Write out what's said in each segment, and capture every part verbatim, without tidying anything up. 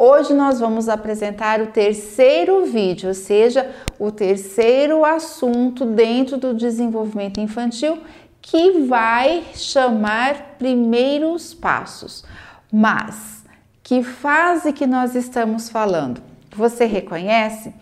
Hoje nós vamos apresentar o terceiro vídeo, ou seja, o terceiro assunto dentro do desenvolvimento infantil que vai chamar primeiros passos. Mas que fase que nós estamos falando? Você reconhece?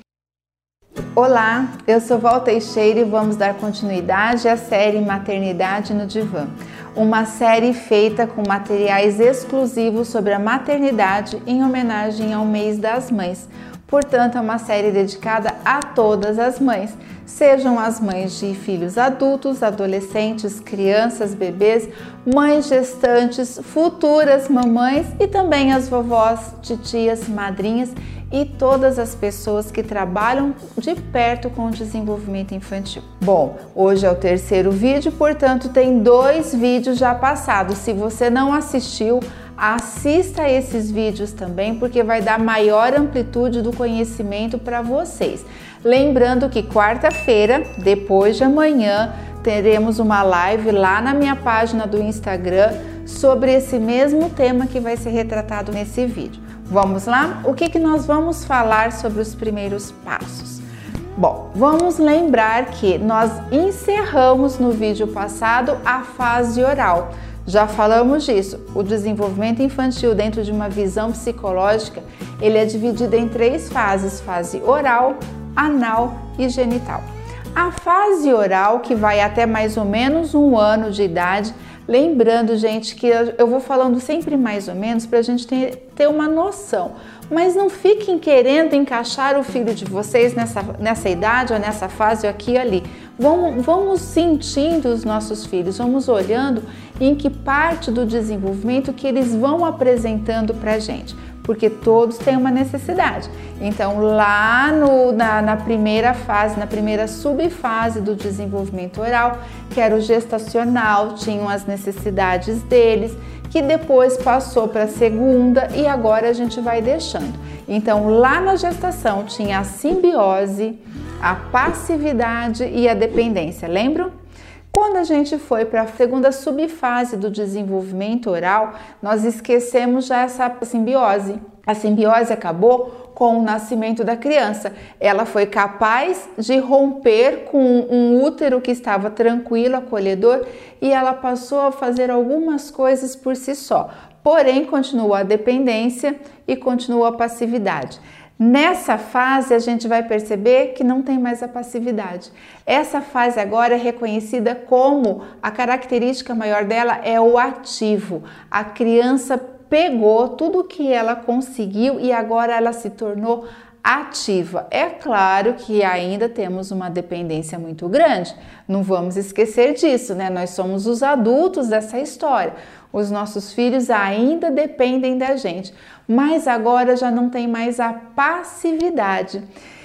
Olá, eu sou Val Teixeira e vamos dar continuidade à série Maternidade no Divã, uma série feita com materiais exclusivos sobre a maternidade em homenagem ao mês das mães. Portanto, é uma série dedicada a todas as mães, sejam as mães de filhos adultos, adolescentes, crianças, bebês, mães gestantes, futuras mamães e também as vovós, titias, madrinhas e todas as pessoas que trabalham de perto com o desenvolvimento infantil. Bom, hoje é o terceiro vídeo, portanto tem dois vídeos já passados. Se você não assistiu, assista esses vídeos também, porque vai dar maior amplitude do conhecimento para vocês. Lembrando que quarta-feira, depois de amanhã, teremos uma live lá na minha página do Instagram sobre esse mesmo tema que vai ser retratado nesse vídeo. Vamos lá? O que que nós vamos falar sobre os primeiros passos? Bom, vamos lembrar que nós encerramos no vídeo passado a fase oral. Já falamos disso. O desenvolvimento infantil dentro de uma visão psicológica, ele é dividido em três fases: fase oral, anal e genital. A fase oral, que vai até mais ou menos um ano de idade, lembrando, gente, que eu vou falando sempre mais ou menos para a gente ter, ter uma noção, mas não fiquem querendo encaixar o filho de vocês nessa, nessa idade ou nessa fase ou aqui e ali. Vamos, vamos sentindo os nossos filhos, vamos olhando em que parte do desenvolvimento que eles vão apresentando para a gente, porque todos têm uma necessidade. Então, lá no, na, na primeira fase, na primeira subfase do desenvolvimento oral, que era o gestacional, tinham as necessidades deles, que depois passou para a segunda e agora a gente vai deixando. Então, lá na gestação tinha a simbiose, a passividade e a dependência, lembram? Quando a gente foi para a segunda subfase do desenvolvimento oral, nós esquecemos já essa simbiose. A simbiose acabou com o nascimento da criança. Ela foi capaz de romper com um útero que estava tranquilo, acolhedor, e ela passou a fazer algumas coisas por si só. Porém, continua a dependência e continua a passividade. Nessa fase, a gente vai perceber que não tem mais a passividade. Essa fase agora é reconhecida como a característica maior dela é o ativo. A criança pegou tudo que ela conseguiu e agora ela se tornou ativa. É claro que ainda temos uma dependência muito grande, não vamos esquecer disso, né? Nós somos os adultos dessa história. Os nossos filhos ainda dependem da gente, mas agora já não tem mais a passividade.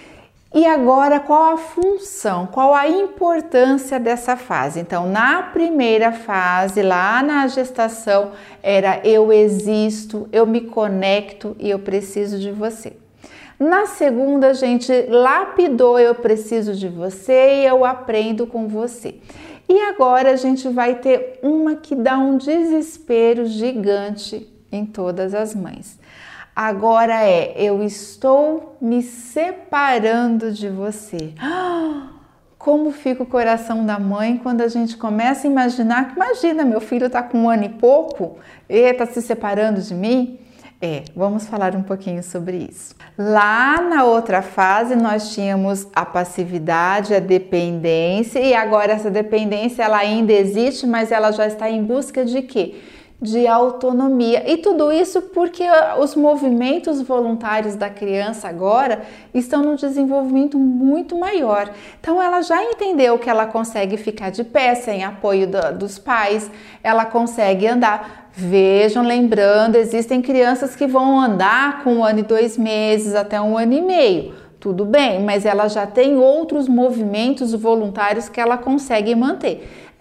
E agora, qual a função, qual a importância dessa fase? Então, na primeira fase, lá na gestação, era eu existo, eu me conecto e eu preciso de você. Na segunda, a gente lapidou eu preciso de você e eu aprendo com você. E agora a gente vai ter uma que dá um desespero gigante em todas as mães. Agora é, eu estou me separando de você. Como fica o coração da mãe quando a gente começa a imaginar que, imagina, meu filho está com um ano e pouco e está se separando de mim? É, vamos falar um pouquinho sobre isso. Lá na outra fase nós tínhamos a passividade, a dependência, e agora essa dependência ela ainda existe, mas ela já está em busca de quê? De autonomia. E tudo isso porque os movimentos voluntários da criança agora estão num desenvolvimento muito maior. Então ela já entendeu que ela consegue ficar de pé sem apoio do, dos pais, ela consegue andar. Vejam, lembrando, existem crianças que vão andar com um ano e dois meses até um ano e meio. Tudo bem, mas ela já tem outros movimentos voluntários que ela consegue manter.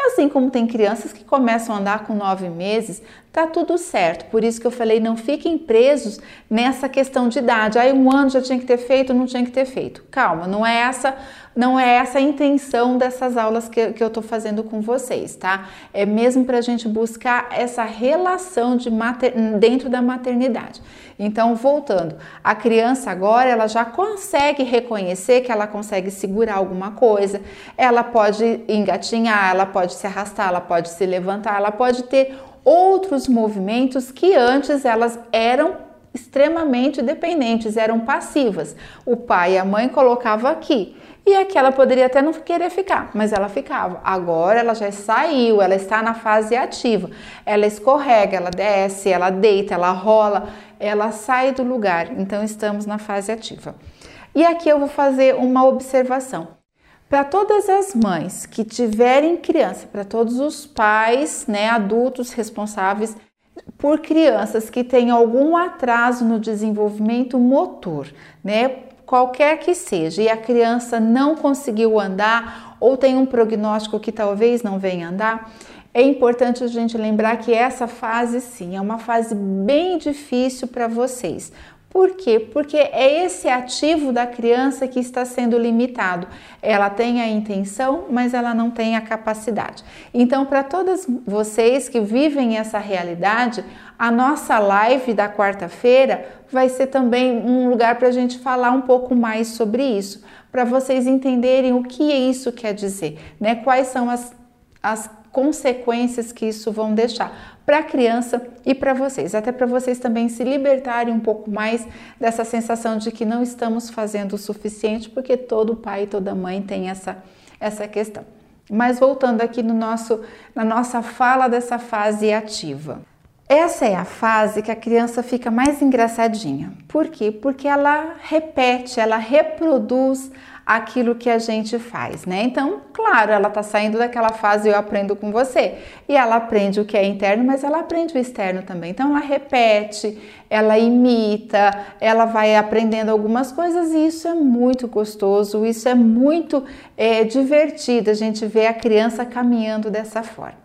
Assim como tem crianças que começam a andar com nove meses, tá tudo certo. Por isso que eu falei, não fiquem presos nessa questão de idade. Aí um ano já tinha que ter feito, não tinha que ter feito. Calma, não é essa, não é essa a intenção dessas aulas que, que eu tô fazendo com vocês, tá? É mesmo para a gente buscar essa relação de mater, dentro da maternidade. Então, voltando, a criança agora, ela já consegue reconhecer que ela consegue segurar alguma coisa, ela pode engatinhar, ela pode se arrastar, ela pode se levantar, ela pode ter outros movimentos que antes elas eram extremamente dependentes, eram passivas. O pai e a mãe colocavam aqui e aqui ela poderia até não querer ficar, mas ela ficava. Agora ela já saiu, ela está na fase ativa. Ela escorrega, ela desce, ela deita, ela rola, ela sai do lugar. Então estamos na fase ativa. E aqui eu vou fazer uma observação. Para todas as mães que tiverem criança, para todos os pais, né, adultos responsáveis por crianças que têm algum atraso no desenvolvimento motor, né, qualquer que seja, e a criança não conseguiu andar ou tem um prognóstico que talvez não venha andar, é importante a gente lembrar que essa fase sim é uma fase bem difícil para vocês. Por quê? Porque é esse ativo da criança que está sendo limitado. Ela tem a intenção, mas ela não tem a capacidade. Então, para todas vocês que vivem essa realidade, a nossa live da quarta-feira vai ser também um lugar para a gente falar um pouco mais sobre isso, para vocês entenderem o que isso quer dizer, né? Quais são as, as consequências que isso vão deixar para a criança e para vocês, até para vocês também se libertarem um pouco mais dessa sensação de que não estamos fazendo o suficiente, porque todo pai e toda mãe tem essa, essa questão. Mas voltando aqui no nosso, na nossa fala dessa fase ativa. Essa é a fase que a criança fica mais engraçadinha. Por quê? Porque ela repete, ela reproduz aquilo que a gente faz, né? Então, claro, ela tá saindo daquela fase eu aprendo com você e ela aprende o que é interno, mas ela aprende o externo também. Então, ela repete, ela imita, ela vai aprendendo algumas coisas e isso é muito gostoso, isso é muito é, divertido a gente ver a criança caminhando dessa forma.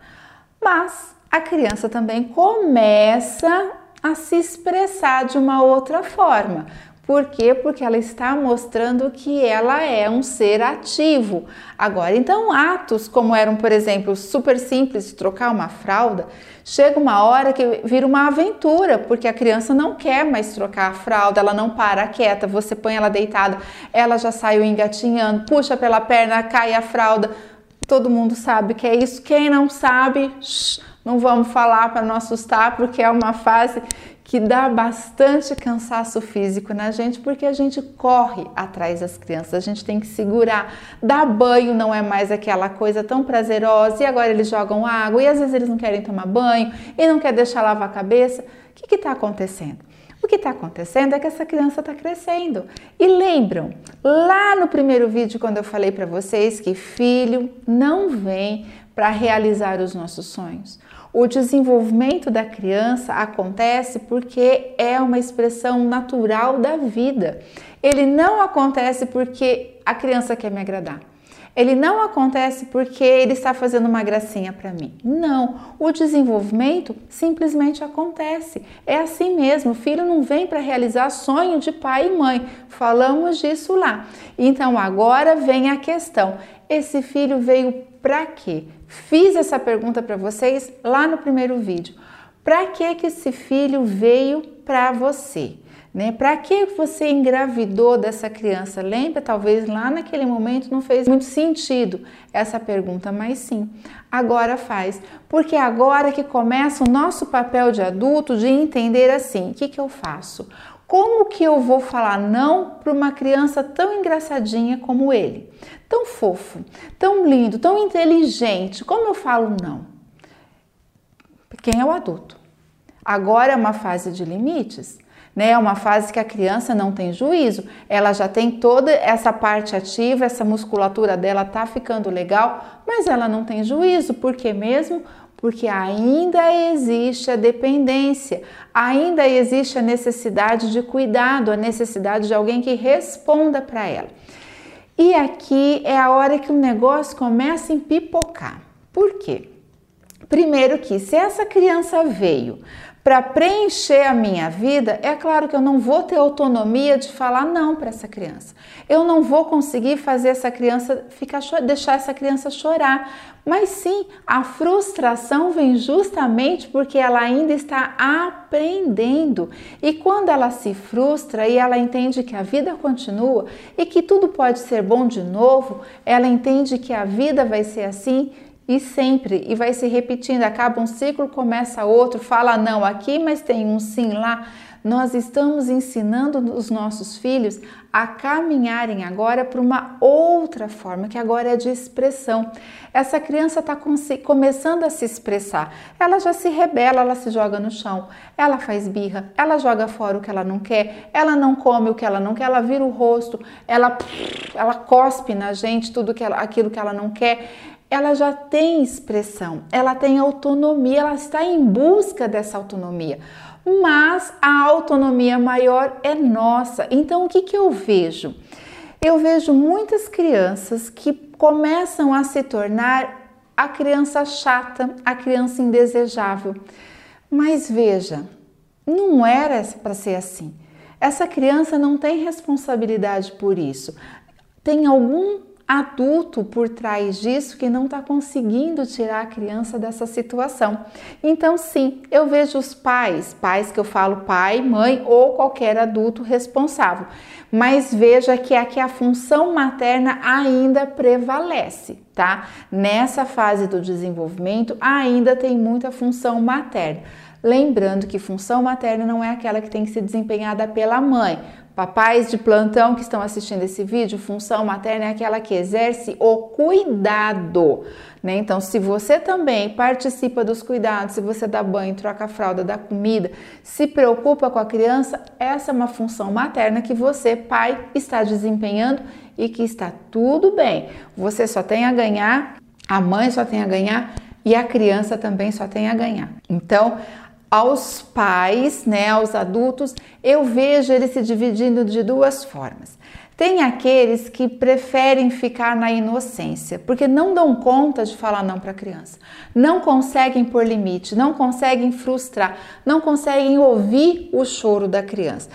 Mas a criança também começa a se expressar de uma outra forma. Por quê? Porque ela está mostrando que ela é um ser ativo. Agora, então, atos como eram, por exemplo, super simples, trocar uma fralda, chega uma hora que vira uma aventura, porque a criança não quer mais trocar a fralda, ela não para quieta, você põe ela deitada, ela já saiu engatinhando, puxa pela perna, cai a fralda. Todo mundo sabe que é isso. Quem não sabe, shh, não vamos falar para não assustar, porque é uma fase que dá bastante cansaço físico na gente, porque a gente corre atrás das crianças, a gente tem que segurar. Dar banho não é mais aquela coisa tão prazerosa, e agora eles jogam água, e às vezes eles não querem tomar banho, e não quer deixar lavar a cabeça. O que está acontecendo? O que está acontecendo é que essa criança está crescendo. E lembram, lá no primeiro vídeo, quando eu falei para vocês que filho não vem para realizar os nossos sonhos. O desenvolvimento da criança acontece porque é uma expressão natural da vida. Ele não acontece porque a criança quer me agradar. Ele não acontece porque ele está fazendo uma gracinha para mim. Não, o desenvolvimento simplesmente acontece. É assim mesmo, o filho não vem para realizar sonho de pai e mãe. Falamos disso lá. Então agora vem a questão, esse filho veio para quê? Fiz essa pergunta para vocês lá no primeiro vídeo. Para que que esse filho veio para você? Né? Para que você engravidou dessa criança? Lembra? Talvez lá naquele momento não fez muito sentido essa pergunta, mas sim, agora faz. Porque agora que começa o nosso papel de adulto de entender assim, o que que eu faço? Como que eu vou falar não para uma criança tão engraçadinha como ele? Tão fofo, tão lindo, tão inteligente. Como eu falo não? Quem é o adulto? Agora é uma fase de limites. É uma fase que a criança não tem juízo, ela já tem toda essa parte ativa, essa musculatura dela tá ficando legal, mas ela não tem juízo, por quê mesmo? Porque ainda existe a dependência, ainda existe a necessidade de cuidado, a necessidade de alguém que responda para ela. E aqui é a hora que o negócio começa a empipocar. Por quê? Primeiro que se essa criança veio para preencher a minha vida, é claro que eu não vou ter autonomia de falar não para essa criança. Eu não vou conseguir fazer essa criança ficar deixar essa criança chorar. Mas sim, a frustração vem justamente porque ela ainda está aprendendo. E quando ela se frustra e ela entende que a vida continua e que tudo pode ser bom de novo, ela entende que a vida vai ser assim e sempre, e vai se repetindo, acaba um ciclo, começa outro, fala não aqui, mas tem um sim lá. Nós estamos ensinando os nossos filhos a caminharem agora para uma outra forma, que agora é de expressão. Essa criança está começando a se expressar, ela já se rebela, ela se joga no chão, ela faz birra, ela joga fora o que ela não quer, ela não come o que ela não quer, ela vira o rosto, ela, ela cospe na gente tudo que ela, aquilo que ela não quer. Ela já tem expressão, ela tem autonomia, ela está em busca dessa autonomia, mas a autonomia maior é nossa. Então, o que que eu vejo? Eu vejo muitas crianças que começam a se tornar a criança chata, a criança indesejável. Mas veja, não era para ser assim. Essa criança não tem responsabilidade por isso. Tem algum adulto por trás disso que não está conseguindo tirar a criança dessa situação. Então sim, eu vejo os pais, pais que eu falo pai, mãe ou qualquer adulto responsável, mas veja que aqui a função materna ainda prevalece, tá? Nessa fase do desenvolvimento ainda tem muita função materna. Lembrando que função materna não é aquela que tem que ser desempenhada pela mãe. Papais de plantão que estão assistindo esse vídeo, função materna é aquela que exerce o cuidado, né? Então, se você também participa dos cuidados, se você dá banho, troca a fralda, dá comida, se preocupa com a criança, essa é uma função materna que você, pai, está desempenhando e que está tudo bem. Você só tem a ganhar, a mãe só tem a ganhar e a criança também só tem a ganhar. Então, aos pais, né, aos adultos, eu vejo eles se dividindo de duas formas. Tem aqueles que preferem ficar na inocência, porque não dão conta de falar não para a criança, não conseguem pôr limite, não conseguem frustrar, não conseguem ouvir o choro da criança.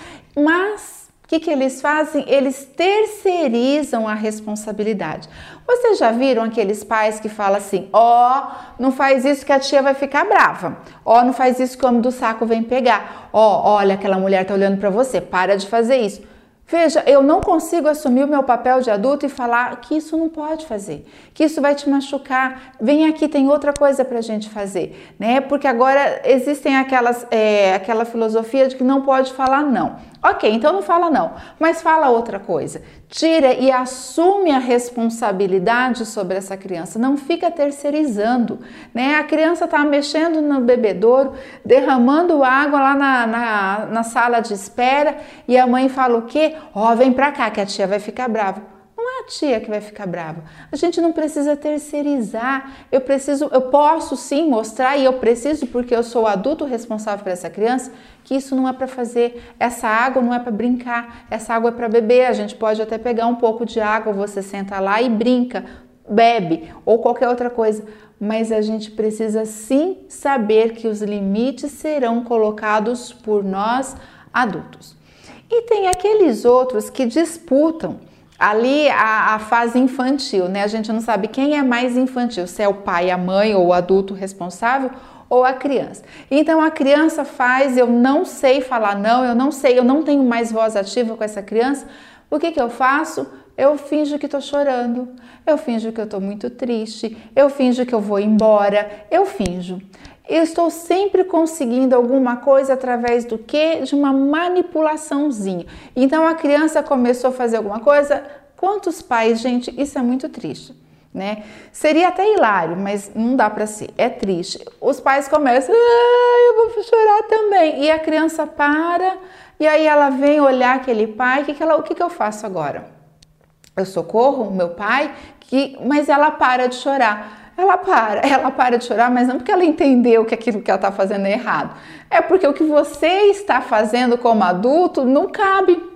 Mas o que que eles fazem? Eles terceirizam a responsabilidade. Vocês já viram aqueles pais que falam assim, ó, oh, não faz isso que a tia vai ficar brava, ó, oh, não faz isso que o homem do saco vem pegar, ó, oh, olha, aquela mulher tá olhando para você, para de fazer isso. Veja, eu não consigo assumir o meu papel de adulto e falar que isso não pode fazer, que isso vai te machucar, vem aqui, tem outra coisa pra gente fazer, né? Porque agora existem aquelas, é, aquela filosofia de que não pode falar não. Ok, então não fala não, mas fala outra coisa. Tira e assume a responsabilidade sobre essa criança, não fica terceirizando, né? A criança tá mexendo no bebedouro, derramando água lá na, na, na sala de espera e a mãe fala o quê? Ó, oh, vem pra cá que a tia vai ficar brava. Não é a tia que vai ficar brava. A gente não precisa terceirizar. Eu preciso, eu posso sim mostrar e eu preciso, porque eu sou o adulto responsável por essa criança, que isso não é para fazer. Essa água não é para brincar. Essa água é para beber. A gente pode até pegar um pouco de água, você senta lá e brinca, bebe ou qualquer outra coisa. Mas a gente precisa sim saber que os limites serão colocados por nós adultos. E tem aqueles outros que disputam ali a, a fase infantil, né? A gente não sabe quem é mais infantil, se é o pai, a mãe ou o adulto responsável ou a criança. Então a criança faz, eu não sei falar não, eu não sei, eu não tenho mais voz ativa com essa criança. O que que eu faço? Eu finjo que tô chorando, eu finjo que eu tô muito triste, eu finjo que eu vou embora, eu finjo. Eu estou sempre conseguindo alguma coisa através do quê? De uma manipulaçãozinha. Então a criança começou a fazer alguma coisa. Quantos pais, gente, isso é muito triste, né? Seria até hilário, mas não dá para ser. É triste. Os pais começam, ah, eu vou chorar também. E a criança para, e aí ela vem olhar aquele pai. O que que ela, o que que eu faço agora? Eu socorro o meu pai, que, mas ela para de chorar. Ela para, ela para de chorar, mas não porque ela entendeu que aquilo que ela está fazendo é errado. É porque o que você está fazendo como adulto não cabe,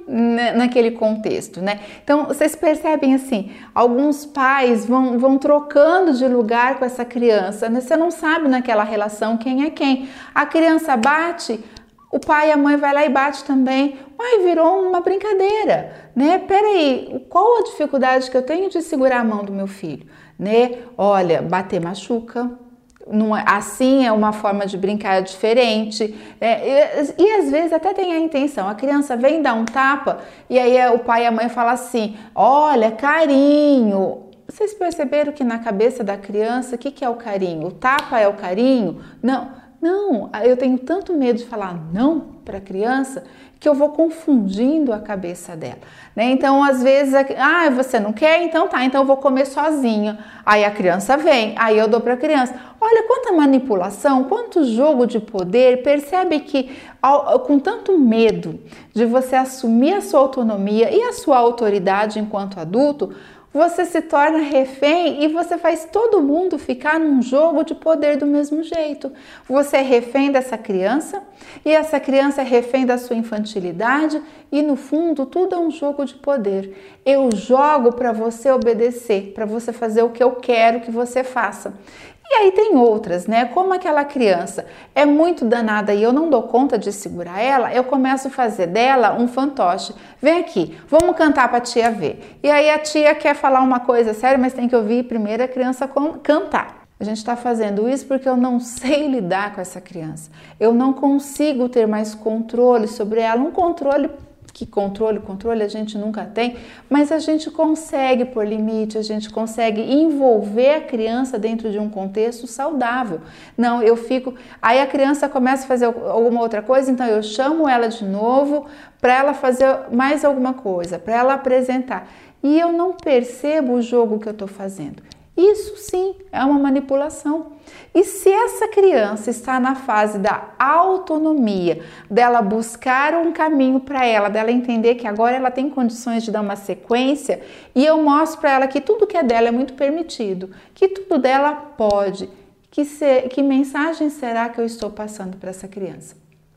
naquele contexto, né? Então, vocês percebem assim, alguns pais vão, vão trocando de lugar com essa criança, né? Você não sabe naquela relação quem é quem. A criança bate, o pai e a mãe vai lá e bate também. Ai, virou uma brincadeira, né? Peraí, qual a dificuldade que eu tenho de segurar a mão do meu filho, né? Olha, bater machuca. Não, assim é uma forma de brincar diferente, é, e, e às vezes até tem a intenção, a criança vem dar um tapa e aí o pai e a mãe falam assim, olha, carinho. Vocês perceberam que na cabeça da criança, o que, que é o carinho? O tapa é o carinho? Não, não, eu tenho tanto medo de falar não para a criança que eu vou confundindo a cabeça dela, né? Então, às vezes, ah, você não quer? Então tá, então eu vou comer sozinha. Aí a criança vem, aí eu dou para a criança. Olha quanta manipulação, quanto jogo de poder. Percebe que ao, com tanto medo de você assumir a sua autonomia e a sua autoridade enquanto adulto, você se torna refém e você faz todo mundo ficar num jogo de poder do mesmo jeito. Você é refém dessa criança e essa criança é refém da sua infantilidade e no fundo tudo é um jogo de poder. Eu jogo para você obedecer, para você fazer o que eu quero que você faça. E aí tem outras, né? Como aquela criança é muito danada e eu não dou conta de segurar ela, eu começo a fazer dela um fantoche. Vem aqui, vamos cantar para a tia ver. E aí a tia quer falar uma coisa séria, mas tem que ouvir primeiro a criança cantar. A gente está fazendo isso porque eu não sei lidar com essa criança. Eu não consigo ter mais controle sobre ela, um controle que controle, controle a gente nunca tem, mas a gente consegue pôr limite, a gente consegue envolver a criança dentro de um contexto saudável. Não, eu fico, aí a criança começa a fazer alguma outra coisa, então eu chamo ela de novo para ela fazer mais alguma coisa, para ela apresentar. E eu não percebo o jogo que eu estou fazendo. Isso sim é uma manipulação. E se essa criança está na fase da autonomia, dela buscar um caminho para ela, dela entender que agora ela tem condições de dar uma sequência, e eu mostro para ela que tudo que é dela é muito permitido, que tudo dela pode, que, se, que mensagem será que eu estou passando para essa criança?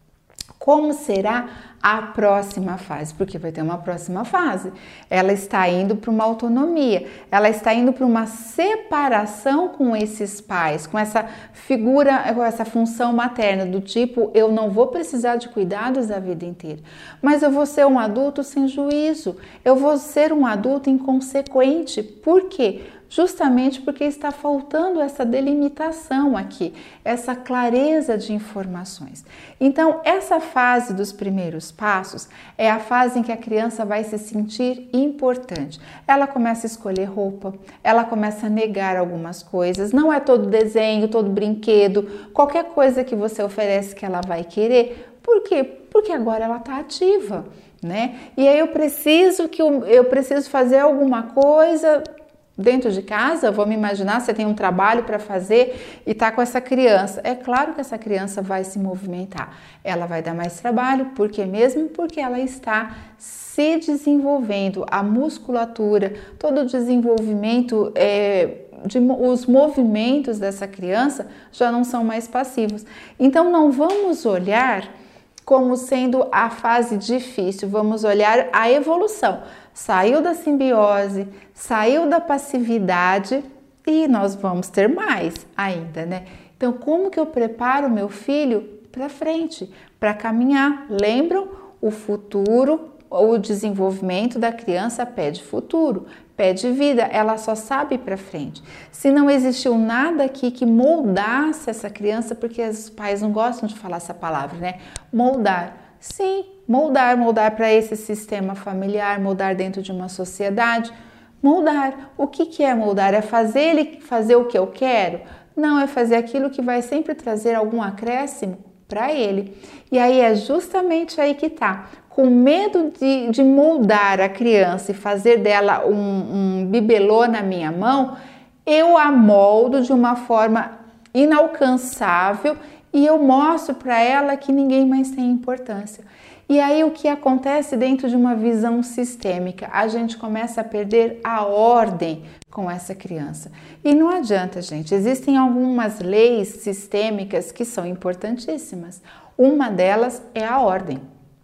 Como será a próxima fase? Porque vai ter uma próxima fase. Ela está indo para uma autonomia, ela está indo para uma separação com esses pais, com essa figura, com essa função materna, do tipo, eu não vou precisar de cuidados a vida inteira, mas eu vou ser um adulto sem juízo, eu vou ser um adulto inconsequente. Por quê? Justamente porque está faltando essa delimitação aqui, essa clareza de informações. Então, essa fase dos primeiros passos é a fase em que a criança vai se sentir importante. Ela começa a escolher roupa, ela começa a negar algumas coisas, não é todo desenho, todo brinquedo, qualquer coisa que você oferece que ela vai querer. Por quê? Porque agora ela está ativa, né? E aí eu preciso que eu, eu preciso fazer alguma coisa dentro de casa. Vamos imaginar, você tem um trabalho para fazer e está com essa criança. É claro que essa criança vai se movimentar. Ela vai dar mais trabalho, por quê mesmo? Porque ela está se desenvolvendo, a musculatura, todo o desenvolvimento, é, de, os movimentos dessa criança já não são mais passivos. Então não vamos olhar como sendo a fase difícil, vamos olhar a evolução. Saiu da simbiose, saiu da passividade e nós vamos ter mais ainda, né? Então, como que eu preparo o meu filho para frente, para caminhar? Lembram? O futuro, o desenvolvimento da criança pede futuro, pede vida, ela só sabe para frente. Se não existiu nada aqui que moldasse essa criança, porque os pais não gostam de falar essa palavra, né? Moldar. Sim, moldar, moldar para esse sistema familiar, moldar dentro de uma sociedade. Moldar. O que, que é moldar? É fazer ele fazer o que eu quero? Não, é fazer aquilo que vai sempre trazer algum acréscimo para ele. E aí é justamente aí que tá. Com medo de, de moldar a criança e fazer dela um, um bibelô na minha mão, eu a moldo de uma forma inalcançável e eu mostro para ela que ninguém mais tem importância. E aí o que acontece dentro de uma visão sistêmica? A gente começa a perder a ordem com essa criança. E não adianta, gente, existem algumas leis sistêmicas que são importantíssimas. Uma delas é a ordem.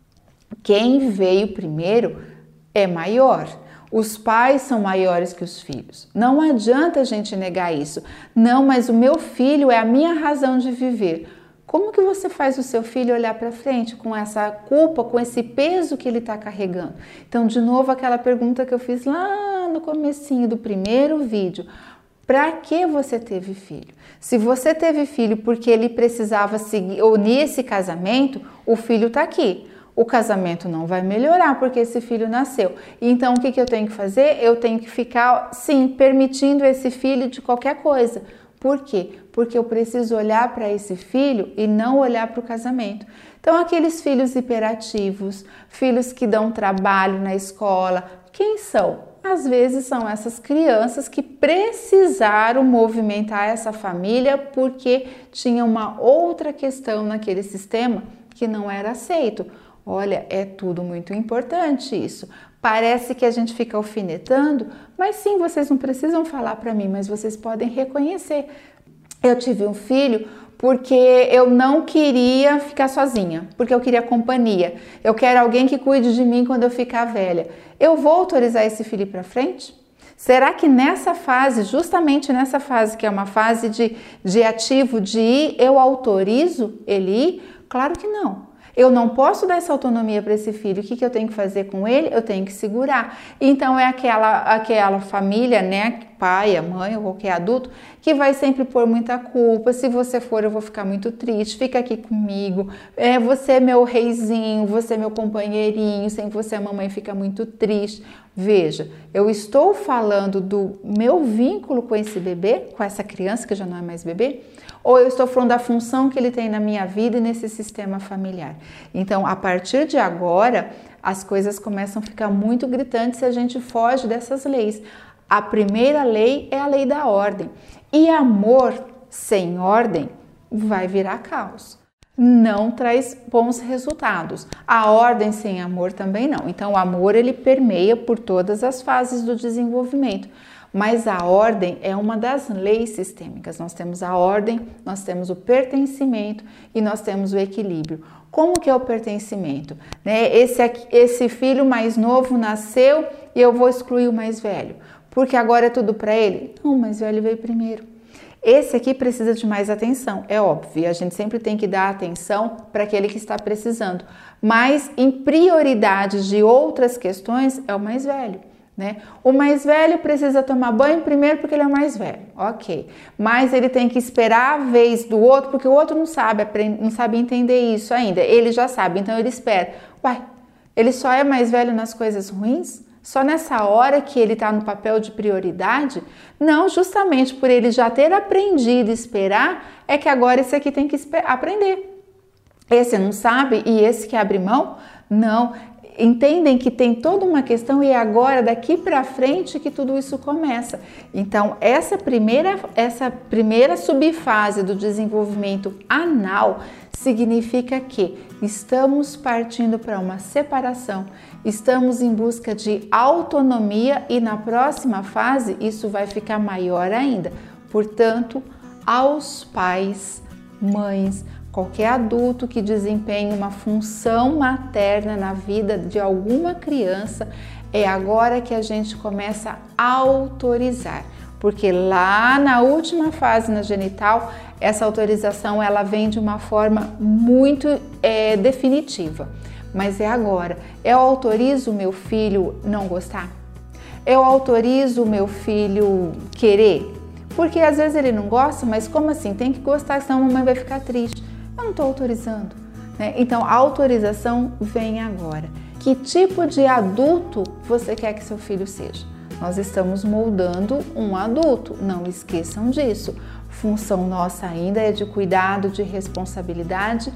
quem veio primeiro é maior. Os pais são maiores que os filhos. Não adianta a gente negar isso. Não, mas o meu filho é a minha razão de viver. Como que você faz o seu filho olhar para frente com essa culpa, com esse peso que ele está carregando? Então, de novo, aquela pergunta que eu fiz lá no comecinho do primeiro vídeo. Para que você teve filho? Se você teve filho porque ele precisava seguir, unir esse casamento, o filho está aqui. O casamento não vai melhorar porque esse filho nasceu. Então, o que, que eu tenho que fazer? Eu tenho que ficar, sim, permitindo esse filho de qualquer coisa. Por quê? Porque eu preciso olhar para esse filho e não olhar para o casamento. Então, aqueles filhos hiperativos, filhos que dão trabalho na escola, quem são? Às vezes são essas crianças que precisaram movimentar essa família porque tinha uma outra questão naquele sistema que não era aceito. Olha, é tudo muito importante isso. Parece que a gente fica alfinetando, mas sim, vocês não precisam falar para mim, mas vocês podem reconhecer. Eu tive um filho porque eu não queria ficar sozinha, porque eu queria companhia. Eu quero alguém que cuide de mim quando eu ficar velha. Eu vou autorizar esse filho para frente? Será que nessa fase, justamente nessa fase, que é uma fase de, de ativo, de ir, eu autorizo ele ir? Claro que não. Eu não posso dar essa autonomia para esse filho. O que, que eu tenho que fazer com ele? Eu tenho que segurar. Então é aquela, aquela família, né? Pai, a mãe ou qualquer adulto, que vai sempre pôr muita culpa. Se você for, eu vou ficar muito triste. Fica aqui comigo. É, você é meu reizinho, você é meu companheirinho. Sem você a mamãe fica muito triste. Veja, eu estou falando do meu vínculo com esse bebê, com essa criança que já não é mais bebê, ou eu estou falando da função que ele tem na minha vida e nesse sistema familiar. Então, a partir de agora, as coisas começam a ficar muito gritantes se a gente foge dessas leis. A primeira lei é a lei da ordem. E amor sem ordem vai virar caos. Não traz bons resultados. A ordem sem amor também não. Então, o amor ele permeia por todas as fases do desenvolvimento. Mas a ordem é uma das leis sistêmicas. Nós temos a ordem, nós temos o pertencimento e nós temos o equilíbrio. Como que é o pertencimento? Né? Esse, esse filho mais novo nasceu e eu vou excluir o mais velho, porque agora é tudo para ele? Não, o mais velho veio primeiro. Esse aqui precisa de mais atenção, é óbvio, a gente sempre tem que dar atenção para aquele que está precisando, mas em prioridade de outras questões é o mais velho. Né? O mais velho precisa tomar banho primeiro porque ele é o mais velho, ok, mas ele tem que esperar a vez do outro porque o outro não sabe, não sabe entender isso ainda, ele já sabe, então ele espera. Uai, ele só é mais velho nas coisas ruins? Só nessa hora que ele está no papel de prioridade? Não, justamente por ele já ter aprendido a esperar, é que agora esse aqui tem que aprender. Esse não sabe e esse que abre mão? Não. Entendem que tem toda uma questão e é agora, daqui para frente, que tudo isso começa. Então, essa primeira, essa primeira subfase do desenvolvimento anal significa que estamos partindo para uma separação, estamos em busca de autonomia e na próxima fase isso vai ficar maior ainda. Portanto, aos pais, mães, qualquer adulto que desempenhe uma função materna na vida de alguma criança, é agora que a gente começa a autorizar, porque lá na última fase na genital, essa autorização ela vem de uma forma muito é, definitiva. Mas é agora, eu autorizo o meu filho não gostar? Eu autorizo o meu filho querer? Porque às vezes ele não gosta, mas como assim? Tem que gostar, senão a mamãe vai ficar triste. Eu não estou autorizando, né? Então, a autorização vem agora. Que tipo de adulto você quer que seu filho seja? Nós estamos moldando um adulto, não esqueçam disso. Função nossa ainda é de cuidado, de responsabilidade,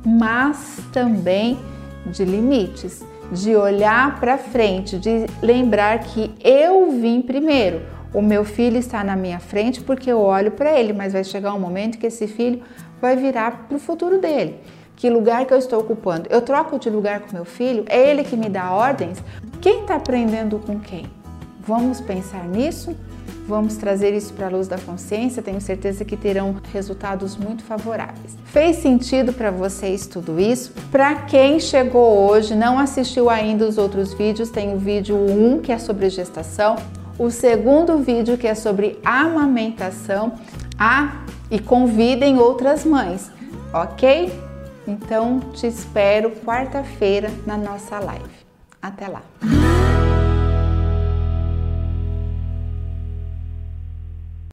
mas também de limites, de olhar para frente, de lembrar que eu vim primeiro. O meu filho está na minha frente porque eu olho para ele, mas vai chegar um momento que esse filho vai virar para o futuro dele. Que lugar que eu estou ocupando? Eu troco de lugar com meu filho? É ele que me dá ordens? Quem está aprendendo com quem? Vamos pensar nisso? Vamos trazer isso para a luz da consciência, tenho certeza que terão resultados muito favoráveis. Fez sentido para vocês tudo isso? Para quem chegou hoje, não assistiu ainda os outros vídeos, tem o vídeo um que é sobre gestação, o segundo vídeo que é sobre amamentação, ah, e convidem outras mães, ok? Então te espero quarta-feira na nossa live. Até lá!